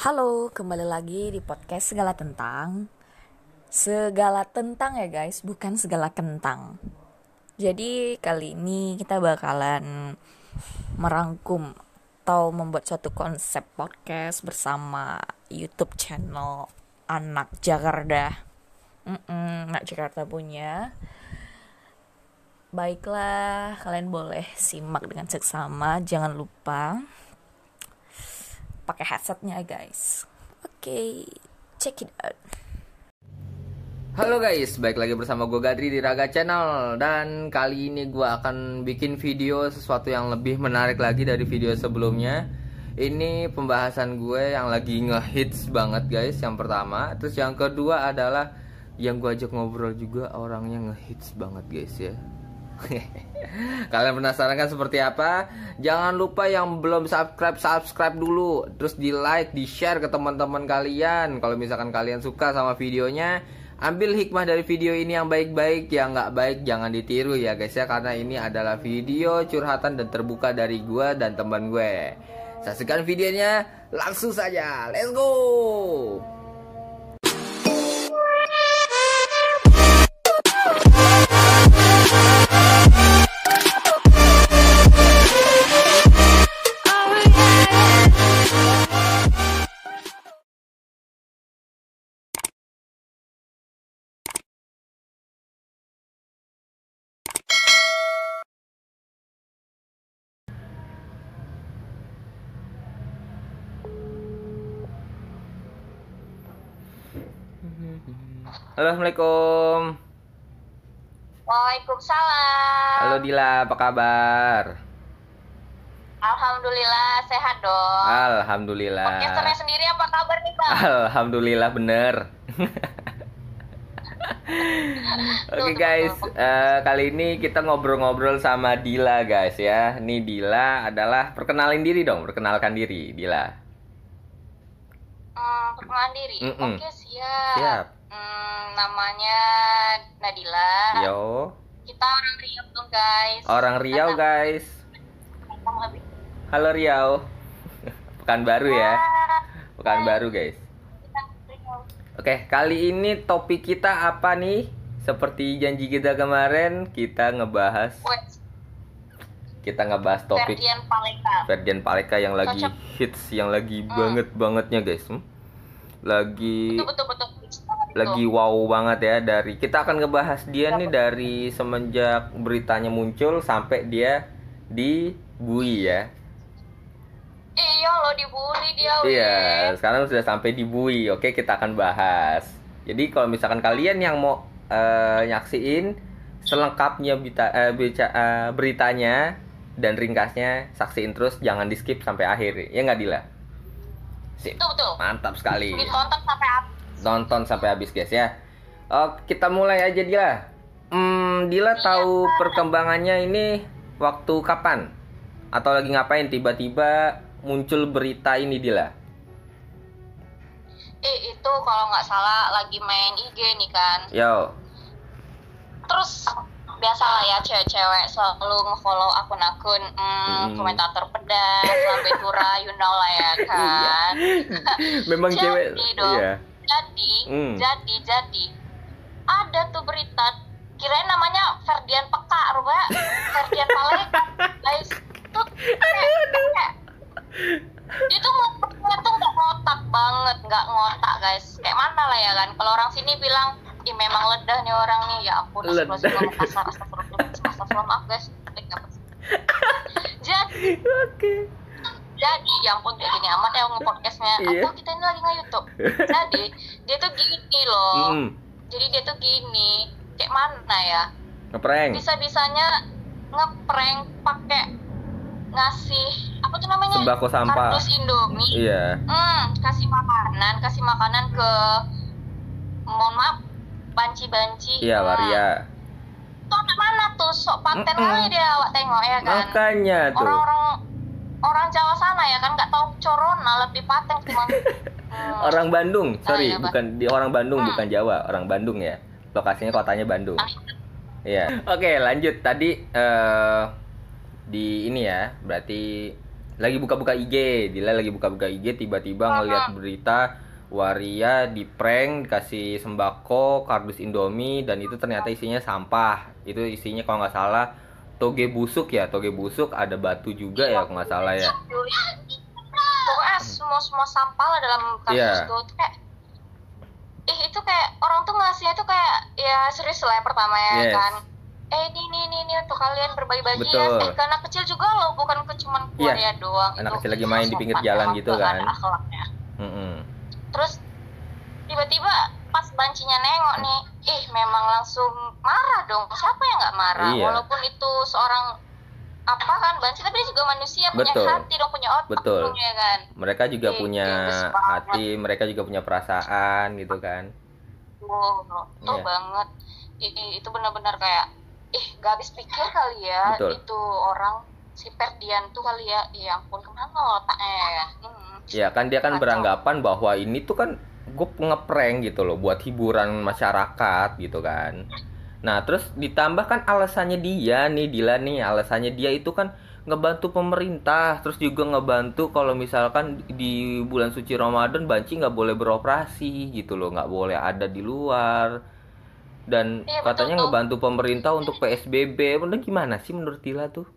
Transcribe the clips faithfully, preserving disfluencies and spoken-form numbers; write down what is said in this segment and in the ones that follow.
Halo, kembali lagi di podcast Segala Tentang. Segala tentang ya guys, bukan segala kentang. Jadi kali ini kita bakalan merangkum atau membuat suatu konsep podcast bersama YouTube channel Anak Jakarta. Mm-mm, Anak Jakarta punya. Baiklah, kalian boleh simak dengan seksama. Jangan lupa pakai headsetnya guys. Oke, okay, check it out. Halo guys, balik lagi bersama gue Gadri di Raga Channel. Dan kali ini gue akan bikin video sesuatu yang lebih menarik lagi dari video sebelumnya. Ini pembahasan gue yang lagi ngehits banget guys, yang pertama. Terus yang kedua adalah yang gue ajak ngobrol juga orangnya ngehits banget guys ya. Kalian penasaran kan seperti apa? Jangan lupa yang belum subscribe, subscribe dulu. Terus di like, di share ke teman-teman kalian. Kalau misalkan kalian suka sama videonya, ambil hikmah dari video ini yang baik-baik. Yang nggak baik jangan ditiru ya guys ya. Karena ini adalah video curhatan dan terbuka dari gue dan teman gue. Saksikan videonya langsung saja. Let's go. Halo, assalamualaikum. Waalaikumsalam. Halo Dila, apa kabar? Alhamdulillah sehat dong. Alhamdulillah. Podcasternya sendiri apa kabar nih Bang? Alhamdulillah bener. Oke okay, guys, uh, kali ini kita ngobrol-ngobrol sama Dila guys ya. Nih Dila adalah, perkenalin diri dong, perkenalkan diri Dila. Hmm, perkenalan diri. Mm-mm. Oke siap. Siap. Hmm, namanya Nadila. Yo. Kita orang Riau dong guys. Orang Riau Anak. guys. Halo Riau. Pekanbaru ya. Pekanbaru guys. Oke, kali ini topik kita apa nih? Seperti janji kita kemarin, kita ngebahas kita ngebahas topik Ferdian Paleka. Ferdian Paleka yang lagi Cocok. hits, yang lagi Hmm. banget bangetnya guys. Hmm? Lagi Betul betul betul. lagi wow banget ya. Dari kita akan ngebahas dia nih dari semenjak beritanya muncul sampai dia dibui ya. Iya lo dibully dia. Iya, weh. sekarang sudah sampai dibui. Oke, kita akan bahas. Jadi kalau misalkan kalian yang mau eh, nyaksiin selengkapnya berita, eh, beca- eh, beritanya dan ringkasnya, saksiin terus, jangan di skip sampai akhir. Ya nggak Dila? Sip. Betul betul. Mantap sekali. Ditonton sampai habis. Nonton sampai habis guys ya. Oke, kita mulai aja Dila. Hmm, Dila tahu perkembangannya ini waktu kapan? Atau lagi ngapain tiba-tiba muncul berita ini Dila? Eh itu kalau nggak salah lagi main I G nih kan. Yo. Terus biasalah ya cewek-cewek selalu nge-follow akun-akun mm, Hmm. komentator pedas, lambe tura, you know lah ya kan. Memang Jadi cewek. dong, Iya. jadi, Hmm. jadi, jadi ada tuh berita, kirain namanya Ferdian Peka, rupanya Ferdian Paleka, guys. Tuh, kayak, kayak, dia tuh ngomongnya tuh nggak ngotak banget, nggak ngotak guys. Kayak mana lah ya kan? Kalau orang sini bilang, ih memang ledah nih orang nih, ya ampun, Ledah. astagfirullah, kasar, astagfirullah, astagfirullah, maaf guys. Jadi, Oke. jadi ya ampun kayak gini amat ya nge-podcastnya. Iya. Atau kita ini lagi nge-YouTube. Jadi, dia tuh gini loh. Mm. Jadi dia tuh gini, kayak mana ya? Ngeprank. Bisa-bisanya ngeprank pakai ngasih apa tuh namanya? Sembako sampah. Kardus Indomie. Iya. Hmm, kasih makanan, kasih makanan ke mohon maaf, banci-banci. Iya, Hmm. waria. Tuh anak mana tuh sok paten Mm-mm. kali dia awak tengok ya kan. Makanya tuh. Orang-orang orang Jawa sana ya kan nggak tahu corona lebih paten cuma hmm. Orang Bandung, sorry, Ah, iya, Pak. bukan di orang Bandung, Hmm. bukan Jawa, orang Bandung ya. Lokasinya kotanya Bandung. Iya. Oke, lanjut tadi eh di ini ya, berarti lagi buka-buka I G, Dila lagi buka-buka I G, tiba-tiba ngeliat berita waria di prank dikasih sembako, kardus Indomie, dan itu ternyata isinya sampah. Itu isinya kalau nggak salah toge busuk ya, toge busuk, ada batu juga ya kalau nggak salah ya. Pokoknya semua semua sampah lah dalam kardus Iya. itu tuh kayak, ih itu kayak orang tuh ngasihnya tuh kayak ya serius lah ya pertama ya Yes. kan. Eh ini ini ini, ini untuk kalian berbagi-bagi ya. Betul. Eh karena kecil juga loh, bukan ke cuman Iya. keluarga doang. Anak itu kecil lagi main di pinggir sopan, jalan emang gitu nggak kan. ada akhlaknya. Mm-mm. Terus tiba-tiba pas bancinya nengok nih, ih memang langsung marah dong. Siapa yang nggak marah? Iya. Walaupun itu seorang apa kan banci, tapi dia juga manusia, punya Betul. hati dong, punya otak Betul. dong, ya kan. Mereka juga Ih, punya gemes banget. hati, mereka juga punya perasaan gitu kan. Tuh, tuh Iya. banget. I- i- itu benar-benar kayak, ih gak habis pikir kali ya. Betul. Itu orang si Ferdian tuh kali ya. Ya ampun, kemana otaknya ya. Hmm. Ya kan dia kan Kacau. beranggapan bahwa ini tuh kan gue ngeprank gitu loh buat hiburan masyarakat gitu kan. Nah terus ditambah kan alasannya dia nih, Dila nih, alasannya dia itu kan ngebantu pemerintah, terus juga ngebantu kalau misalkan di bulan suci Ramadan banci nggak boleh beroperasi gitu loh, nggak boleh ada di luar, dan Iya, betul katanya tuh. ngebantu pemerintah untuk P S B B. Bener gimana sih menurut Dila tuh?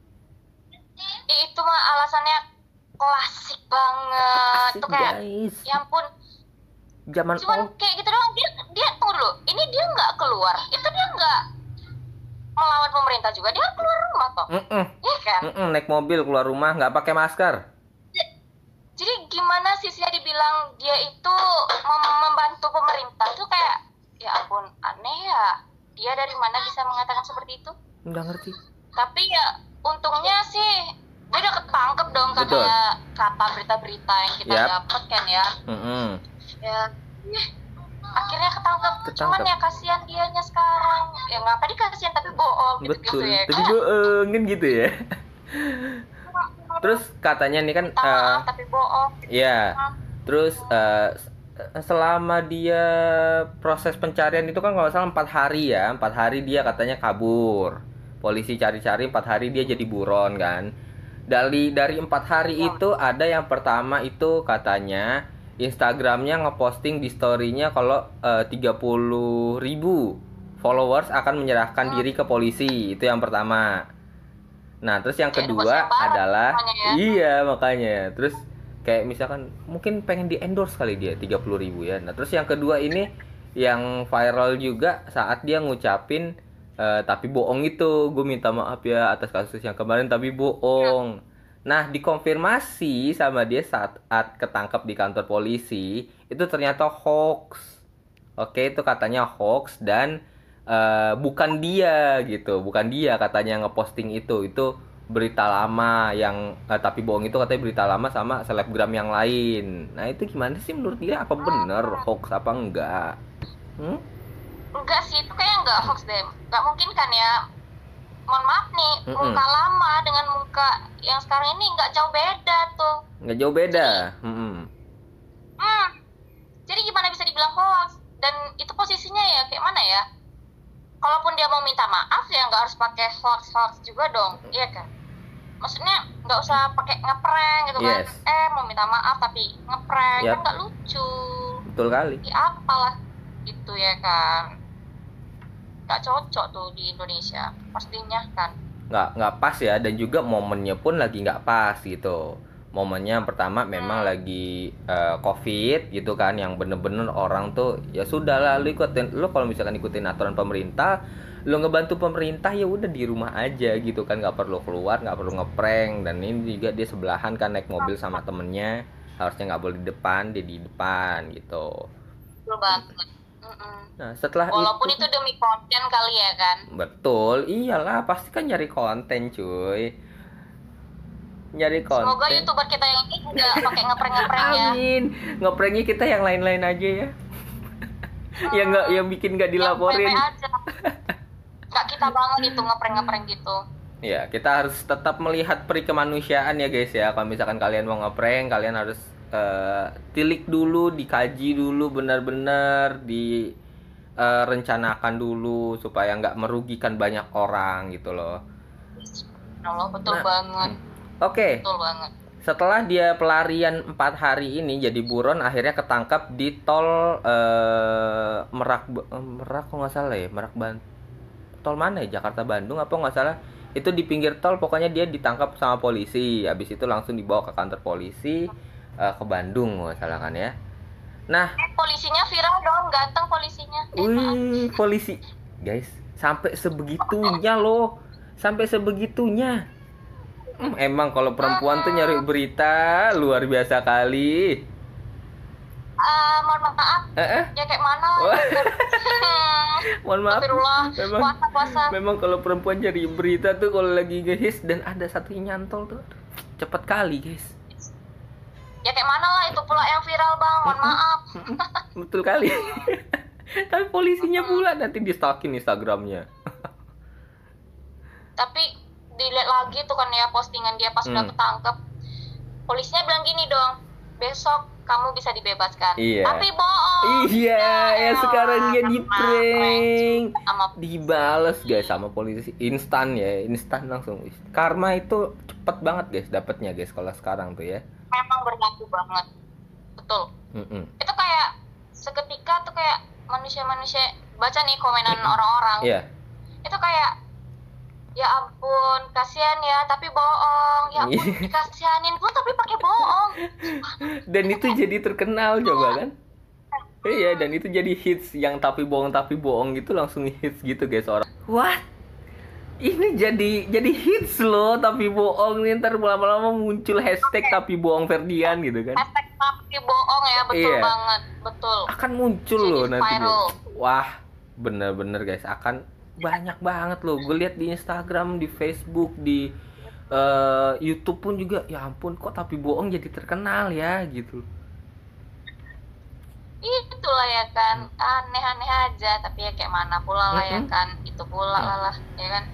Ih, itu mah alasannya klasik banget. Asik Tuh kayak, guys, ya ampun. zaman Cuman old. kayak gitu doang. Dia, dia tunggu dulu. Ini dia nggak keluar. Itu dia nggak melawan pemerintah juga. Dia keluar rumah toh. Mm-mm, Iya kan? mm-mm, naik mobil keluar rumah nggak pakai masker. Jadi gimana sih sih dibilang dia itu mem- membantu pemerintah tuh kayak, ya ampun, aneh ya. Dia dari mana bisa mengatakan seperti itu? Nggak ngerti. Tapi ya untungnya sih dia udah ketangkep dong, Betul. kayak kata berita-berita yang kita Yap. dapat kan ya. Mm-mm. Ya, ih, akhirnya ketangkep. Ketangkep. Cuman ya kasihan dianya sekarang. Ya ngapa dikasihan tapi bohong gitu-gitu Betul. ya. Tapi Kayak, bohong kan gitu ya. Terus katanya nih kan, minta eh, maaf tapi bohong. ya. Terus eh, selama dia proses pencarian itu kan kalau nggak salah empat hari ya, empat hari dia katanya kabur. Polisi cari-cari empat hari dia jadi buron kan. Dari dari empat hari itu ada yang pertama itu katanya Instagramnya ngeposting di storynya kalau eh, tiga puluh ribu followers akan menyerahkan diri ke polisi. Itu yang pertama. Nah terus yang Kayak kedua dibuat siaran adalah namanya ya. iya makanya terus kayak misalkan mungkin pengen di endorse kali dia tiga puluh ribu ya. Nah terus yang kedua ini yang viral juga saat dia ngucapin eh, tapi bohong itu, gue minta maaf ya atas kasus yang kemarin tapi bohong. Nah dikonfirmasi sama dia saat, saat ketangkep di kantor polisi itu ternyata hoax. Oke itu katanya hoax dan eh, bukan dia gitu, bukan dia katanya ngeposting itu, itu berita lama yang eh, tapi bohong itu katanya berita lama sama selebgram yang lain. Nah itu gimana sih menurut dia, apa bener hoax apa enggak? Hmm? Enggak sih, itu kayaknya enggak hoax deh. Enggak mungkin kan ya. Mohon maaf nih, Mm-mm. muka lama dengan muka yang sekarang ini enggak jauh beda tuh. Nggak jauh beda. Mm-mm. Hmm. Jadi gimana bisa dibilang hoax? Dan itu posisinya ya kayak mana ya? Kalaupun dia mau minta maaf ya nggak harus pakai hoax-hoax juga dong, iya kan? Maksudnya nggak usah pakai ngeprank gitu kan? Yes. Eh mau minta maaf tapi ngeprank Yap. kan nggak lucu. Betul kali. Ya apalah gitu ya kan? Nggak cocok tuh di Indonesia pastinya kan? nggak nggak pas ya, dan juga momennya pun lagi nggak pas gitu. Momennya yang pertama memang lagi eh, covid gitu kan, yang bener-bener orang tuh ya sudah lah lu ikutin, lu kalau misalkan ikutin aturan pemerintah, lu ngebantu pemerintah ya udah di rumah aja gitu kan, nggak perlu keluar, nggak perlu ngeprank. Dan ini juga dia sebelahan kan naik mobil sama temennya, harusnya nggak boleh di depan, dia di depan gitu. Betul banget. Mm-mm. Nah setelah Walaupun itu, itu demi konten kali ya kan? betul, iyalah pasti kan nyari konten cuy, nyari konten. Semoga youtuber kita yang ini juga pakai ngeprank-ngeprank ya. Amin. Ngepranknya kita yang lain-lain aja ya. yang nggak yang bikin nggak dilaporin. Yang baik-baik aja. Nggak kita banget itu ngeprank-ngeprank gitu. Ya, kita harus tetap melihat peri kemanusiaan ya guys ya. Kalau misalkan kalian mau ngeprank, kalian harus eh, tilik dulu, dikaji dulu benar-benar, direncanakan dulu supaya nggak merugikan banyak orang gitu loh. Allah betul Nah, banget. Oke. Betul banget. Setelah dia pelarian empat hari ini jadi buron, akhirnya ketangkap di tol eh, Merak Merak kok nggak salah ya, Merak Ban tol mana ya, Jakarta Bandung apa nggak salah, itu di pinggir tol. Pokoknya dia ditangkap sama polisi, habis itu langsung dibawa ke kantor polisi eh, ke Bandung nggak salah kan ya. Nah, Eh, polisinya viral dong, ganteng polisinya. Eh, maaf. wih, polisi guys sampai sebegitunya loh, sampai sebegitunya. Hmm, emang kalau perempuan tuh nyari berita luar biasa kali. Eh, mohon maaf, Eh, eh? ya kayak mana? Wah. Mohon maaf. Astagfirullah, Memang, puasa-puasa. memang kalau perempuan cari berita tuh kalau lagi ngehis dan ada satu yang nyantol tuh, aduh, cepet kali guys. Ya kayak mana lah, itu pula yang viral bang, mohon maaf. Betul kali. Tapi polisinya pula nanti di stalking Instagramnya. Tapi dilihat lagi tuh kan ya postingan dia pas udah Hmm. ketangkep, polisinya bilang gini dong, besok kamu bisa dibebaskan. Iya. Tapi bohong. Iya, ya elah, sekarang dia di kena prank, sama dibales guys sama polisi instan ya, instan langsung. Karma itu cepet banget guys dapatnya guys kalau sekarang tuh ya. memang berlaku banget. Betul. Mm-mm. Itu kayak seketika tuh kayak manusia-manusia baca nih komenan orang-orang. Iya. Itu kayak ya ampun, kasihan ya, tapi bohong. Ya ampun, Iya. dikasihanin pun tapi pakai bohong. Dan itu jadi terkenal coba kan. Iya, dan itu jadi hits yang tapi bohong tapi bohong gitu langsung hits gitu guys orang. What? Ini jadi jadi hits loh tapi bohong nih, ntar lama-lama muncul hashtag tapi bohong Ferdian gitu kan. Hashtag tapi bohong ya, betul Iya. banget, betul. Akan muncul Jadi loh nanti. viral. Wah, bener-bener guys, akan banyak banget loh. Gue lihat di Instagram, di Facebook, di eh, YouTube pun juga. Ya ampun, kok tapi bohong jadi terkenal ya gitu. Itulah ya kan, aneh-aneh aja, tapi ya kayak mana pula lah ya Mm-mm. kan, itu pula Mm. lah lah, ya kan.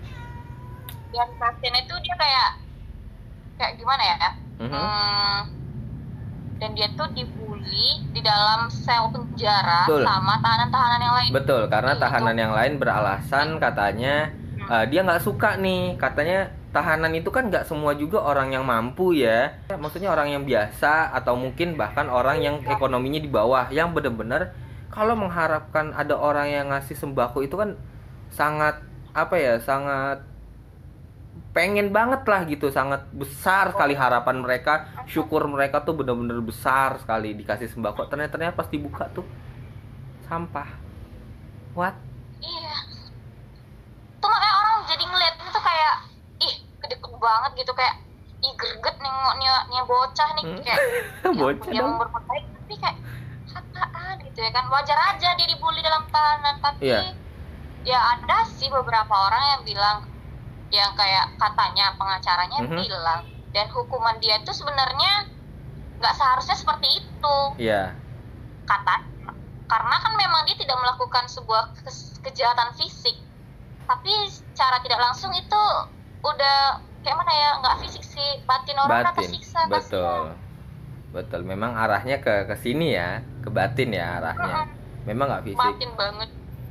Dan pasien itu dia kayak kayak gimana ya? Mhm. Hmm, dan dia tuh dibully di dalam sel penjara Betul. sama tahanan-tahanan yang lain. Betul, karena Itu. tahanan yang lain beralasan katanya eh, dia nggak suka nih, katanya tahanan itu kan nggak semua juga orang yang mampu ya, maksudnya orang yang biasa atau mungkin bahkan orang yang ekonominya di bawah, yang bener-bener kalau mengharapkan ada orang yang ngasih sembako itu kan sangat apa ya, sangat pengen banget lah gitu, sangat besar sekali harapan mereka, syukur mereka tuh bener-bener besar sekali dikasih sembako. Ternyata ternyata pas dibuka tuh sampah. What? Iya. Tuh makanya orang jadi ngeliat itu kayak ih gede-gede banget gitu, kayak ih greget nengok nih, nih bocah nih Hmm. kayak ya Bocah dia dong. mau berbuat baik tapi kayak apaan gitu ya kan, wajar aja dia dibully dalam tahanan, tapi Iya. ya ada sih beberapa orang yang bilang, yang kayak katanya pengacaranya Mhm. bilang, dan hukuman dia itu sebenarnya nggak seharusnya seperti itu Iya. kata, karena kan memang dia tidak melakukan sebuah kes- kejahatan fisik, tapi secara tidak langsung itu udah kayak mana ya, nggak fisik sih, batin orang kan Batin. tersiksa. Betul. Betul. Memang arahnya ke ke sini ya, ke batin ya arahnya. Memang nggak fisik. Batin banget.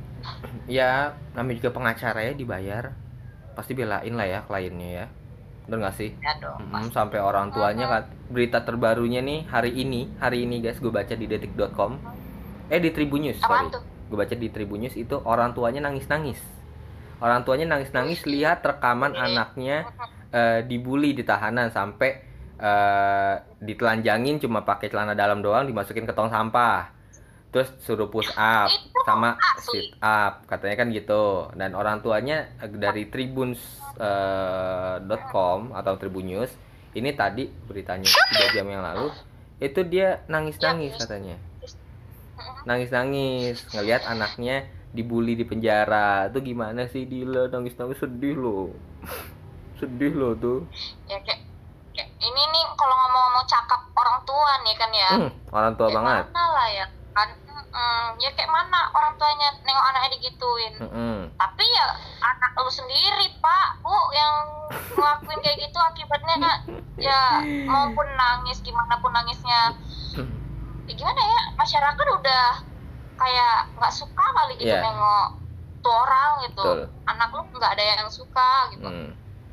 Ya, namanya juga pengacara ya, dibayar. Pasti belain lah ya kliennya ya. Bener nggak sih? Ya dong. Mm-mm, sampai orang tuanya kan. Berita terbarunya nih hari ini, hari ini guys, gue baca di detik dot com. Eh di Tribun News, sorry. Apaan tuh? Gue baca di Tribun News itu orang tuanya nangis-nangis. Orang tuanya nangis-nangis lihat rekaman anaknya eh, dibully di tahanan sampai eh, ditelanjangin cuma pakai celana dalam doang, dimasukin ke tong sampah. Terus suruh push up Itu sama asli. sit up, katanya kan gitu. Dan orang tuanya eh, dari tribun dot com atau Tribun News, ini tadi beritanya tiga jam yang lalu, itu dia nangis-nangis katanya. Nangis-nangis ngelihat anaknya dibully di penjara. Tuh gimana sih Dila, nangis-nangis, sedih loh. Sedih loh tuh. Ya kayak, kayak ini nih kalau ngomong-ngomong cakap orang tua nih kan ya. Hmm, orang tua Kayak banget. mana lah ya kan. Mm-mm. Ya kayak mana orang tuanya nengok anaknya digituin. Mm-mm. Tapi ya anak lu sendiri pak bu yang ngelakuin kayak gitu, akibatnya kan ya maupun nangis gimana pun nangisnya, ya gimana ya, masyarakat udah kayak nggak suka kali gitu Iya. nengok tuh orang gitu. Betul. Anak lu nggak ada yang suka gitu. Hmm.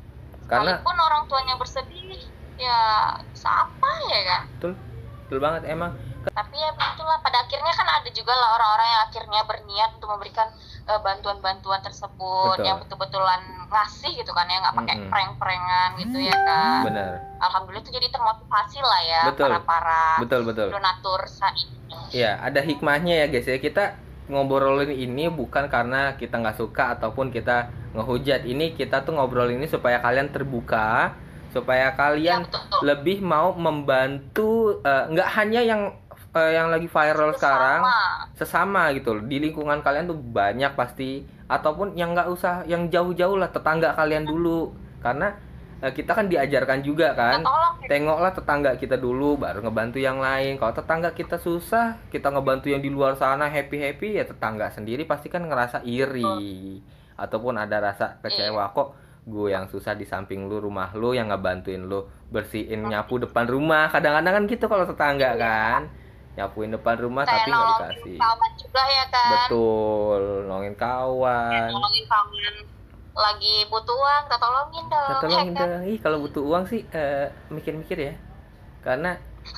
Karena Sekalipun orang tuanya bersedih, ya siapa ya kan? betul, betul banget emang. Tapi ya begitulah, pada akhirnya kan ada juga lah orang-orang yang akhirnya berniat untuk memberikan uh, bantuan-bantuan tersebut. Betul. Yang betul-betulan ngasih gitu kan, ya nggak pakai Mm-mm. prank-prankan gitu ya kan. Benar. Alhamdulillah itu jadi termotivasi lah ya Betul. para-para Betul, betul. donatur saat ini. Ya, ada hikmahnya ya guys ya. Kita ngobrolin ini bukan karena kita nggak suka ataupun kita ngehujat. Ini kita tuh ngobrol ini supaya kalian terbuka, supaya kalian Ya, betul. lebih mau membantu, eh, nggak hanya yang eh, yang lagi viral Sesama. sekarang, sesama gitu loh. Di lingkungan kalian tuh banyak pasti, ataupun yang nggak usah yang jauh-jauh lah, tetangga kalian dulu. Karena eh, kita kan diajarkan juga kan, Ya, tolong. tengoklah tetangga kita dulu baru ngebantu yang lain. Kalau tetangga kita susah, kita ngebantu yang di luar sana happy-happy, ya tetangga sendiri pasti kan ngerasa iri ataupun ada rasa kecewa, kok gue yang susah di samping lu, rumah lu yang ngebantuin lu bersihin, nyapu depan rumah. Kadang-kadang kan gitu kalau tetangga kan, nyapuin depan rumah Kayak tapi nggak nolongin dikasih. kawan juga ya kan. Betul, nolongin kawan. Nolongin kawan lagi butuh uang, kita tolongin dong. Kita tolongin ya kan? dong. Ih, kalau butuh uang sih eh, mikir-mikir ya. Karena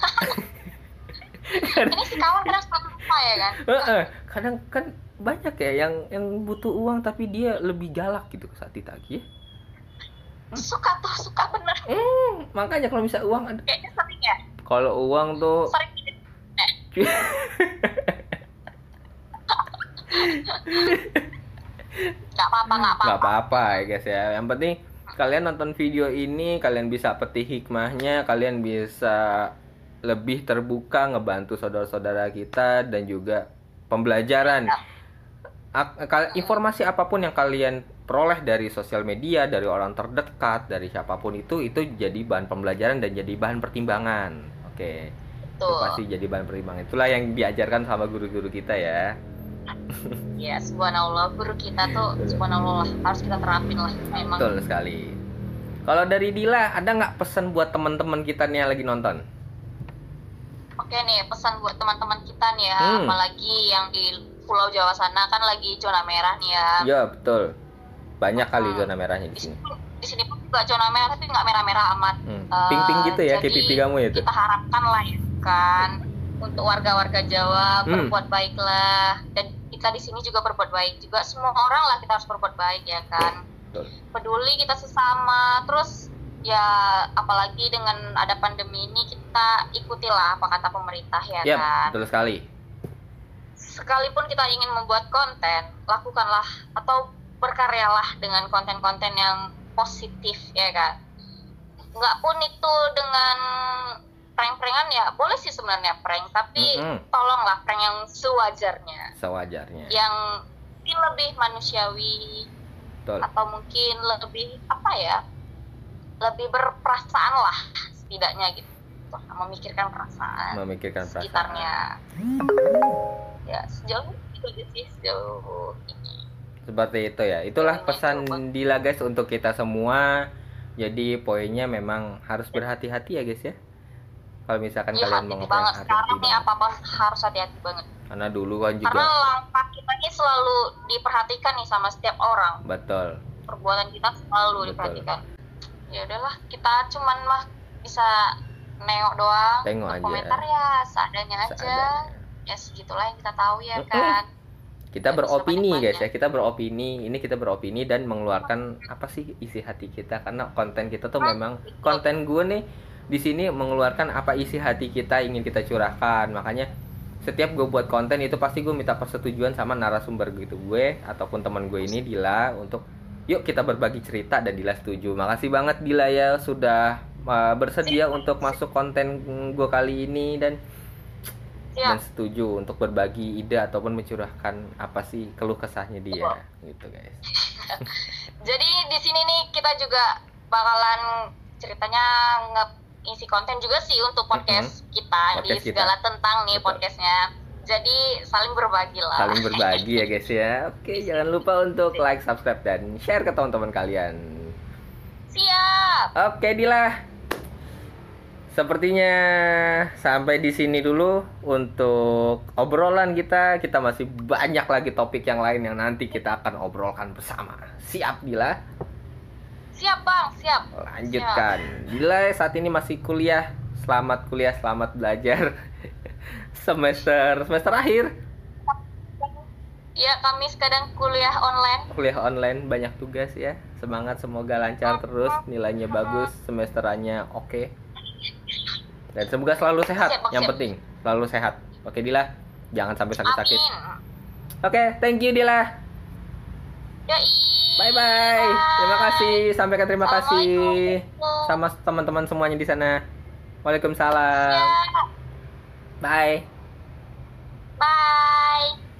Ini si kawan kadang suka lupa ya kan. Heeh, kadang kan banyak ya yang yang butuh uang tapi dia lebih galak gitu saat ditagih. Suka tuh, suka bener. Hmm, makanya kalau bisa uang ada. Kayaknya sering ya. Kalau uang tuh Sering gitu. Gak apa-apa, gak apa-apa. nggak apa-apa ya guys ya. Yang penting kalian nonton video ini, kalian bisa petik hikmahnya, kalian bisa lebih terbuka ngebantu saudara-saudara kita dan juga pembelajaran. Ak- kal- informasi apapun yang kalian peroleh dari sosial media, dari orang terdekat, dari siapapun itu, itu jadi bahan pembelajaran dan jadi bahan pertimbangan. Oke, itu Tuh. pasti jadi bahan pertimbangan. Itulah yang diajarkan sama guru-guru kita ya. Ya, subhanallah, guru kita tuh subhanallah lah, harus kita terapin lah memang. Betul sekali. Kalau dari Dila, ada nggak pesan buat teman-teman kita nih yang lagi nonton? Oke nih, pesan buat teman-teman kita nih ya, Hmm. apalagi yang di Pulau Jawa sana kan lagi zona merah nih ya. Ya betul. Banyak kali Hmm. zona merahnya di Di sini. sini, pun- di sini pun juga zona merah tapi nggak merah-merah amat. Hmm. Eh, Pink-pink gitu ya, kayak jadi pipi kamu itu. Kita harapkan lah ya kan, untuk warga-warga Jawa Hmm. berbuat baiklah, dan kita di sini juga berbuat baik juga. Semua orang lah kita harus berbuat baik ya kan. Betul. Peduli kita sesama. Terus ya apalagi dengan ada pandemi ini, kita ikutilah apa kata pemerintah ya Ya, kan. betul sekali. Sekalipun kita ingin membuat konten, lakukanlah atau berkaryalah dengan konten-konten yang positif ya kan. Nggak pun itu dengan prank-prankan, ya boleh sih sebenarnya prank, tapi Mm-mm. tolonglah prank yang sewajarnya, Sewajarnya. yang mungkin lebih manusiawi Betul. atau mungkin lebih apa ya, lebih berperasaan lah setidaknya gitu. Memikirkan perasaan Memikirkan perasaan. sekitarnya. Ya sejauh itu aja sih, sejauh ini. Seperti itu ya. Itulah Ini pesan coba. Dila guys untuk kita semua. Jadi poinnya memang harus berhati-hati ya guys ya. Kalau misalkan Iya, kalian mau hati-hati ngeprank, banget hati-hati sekarang nih, banget. apa-apa harus hati-hati banget. Karena dulu kan juga Karena langkah kita ini selalu diperhatikan nih sama setiap orang. betul. Perbuatan kita selalu Betul. diperhatikan. Ya udahlah, kita cuman mah bisa nengok doang. Tengok Untuk aja. komentar ya seadanya aja. Seadanya. Ya segitulah yang kita tahu ya Mm-mm. kan. Kita Nggak bisa beropini guys banyak-banyak. ya. Kita beropini. Ini kita beropini dan mengeluarkan apa sih isi hati kita, karena konten kita tuh memang konten gue nih di sini mengeluarkan apa isi hati kita ingin kita curahkan. Makanya setiap gue buat konten itu pasti gue minta persetujuan sama narasumber gitu gue ataupun teman gue ini Dila untuk yuk kita berbagi cerita, dan Dila setuju. Makasih banget Dila ya sudah uh, bersedia untuk masuk konten gue kali ini dan Ya, dan setuju untuk berbagi ide ataupun mencurahkan apa sih keluh kesahnya dia gitu guys. jadi di sini nih kita juga bakalan ceritanya ngisi konten juga sih untuk podcast kita di Podcast kita. segala tentang nih Betul. podcastnya. Jadi saling berbagi lah. Saling berbagi ya guys ya. Oke, jangan lupa untuk like, subscribe dan share ke teman-teman kalian. Siap. Oke Dila, sepertinya sampai di sini dulu untuk obrolan kita. Kita masih banyak lagi topik yang lain yang nanti kita akan obrolkan bersama. Siap Dila? Siap bang, siap. Lanjutkan. Dila saat ini masih kuliah. Selamat kuliah, selamat belajar. semester semester akhir. Ya, kami sekarang kuliah online. Kuliah online, banyak tugas ya. Semangat, semoga lancar terus, nilainya bagus, semesterannya oke. Dan semoga selalu sehat. Siap, Yang siap. penting selalu sehat. Oke Dila, jangan sampai sakit-sakit. Amin. Oke, thank you Dila. Yoi. Bye bye. Terima kasih. Sampaikan terima kasih Assalamualaikum. sama teman-teman semuanya di sana. Waalaikumsalam. Ya. Bye. Bye.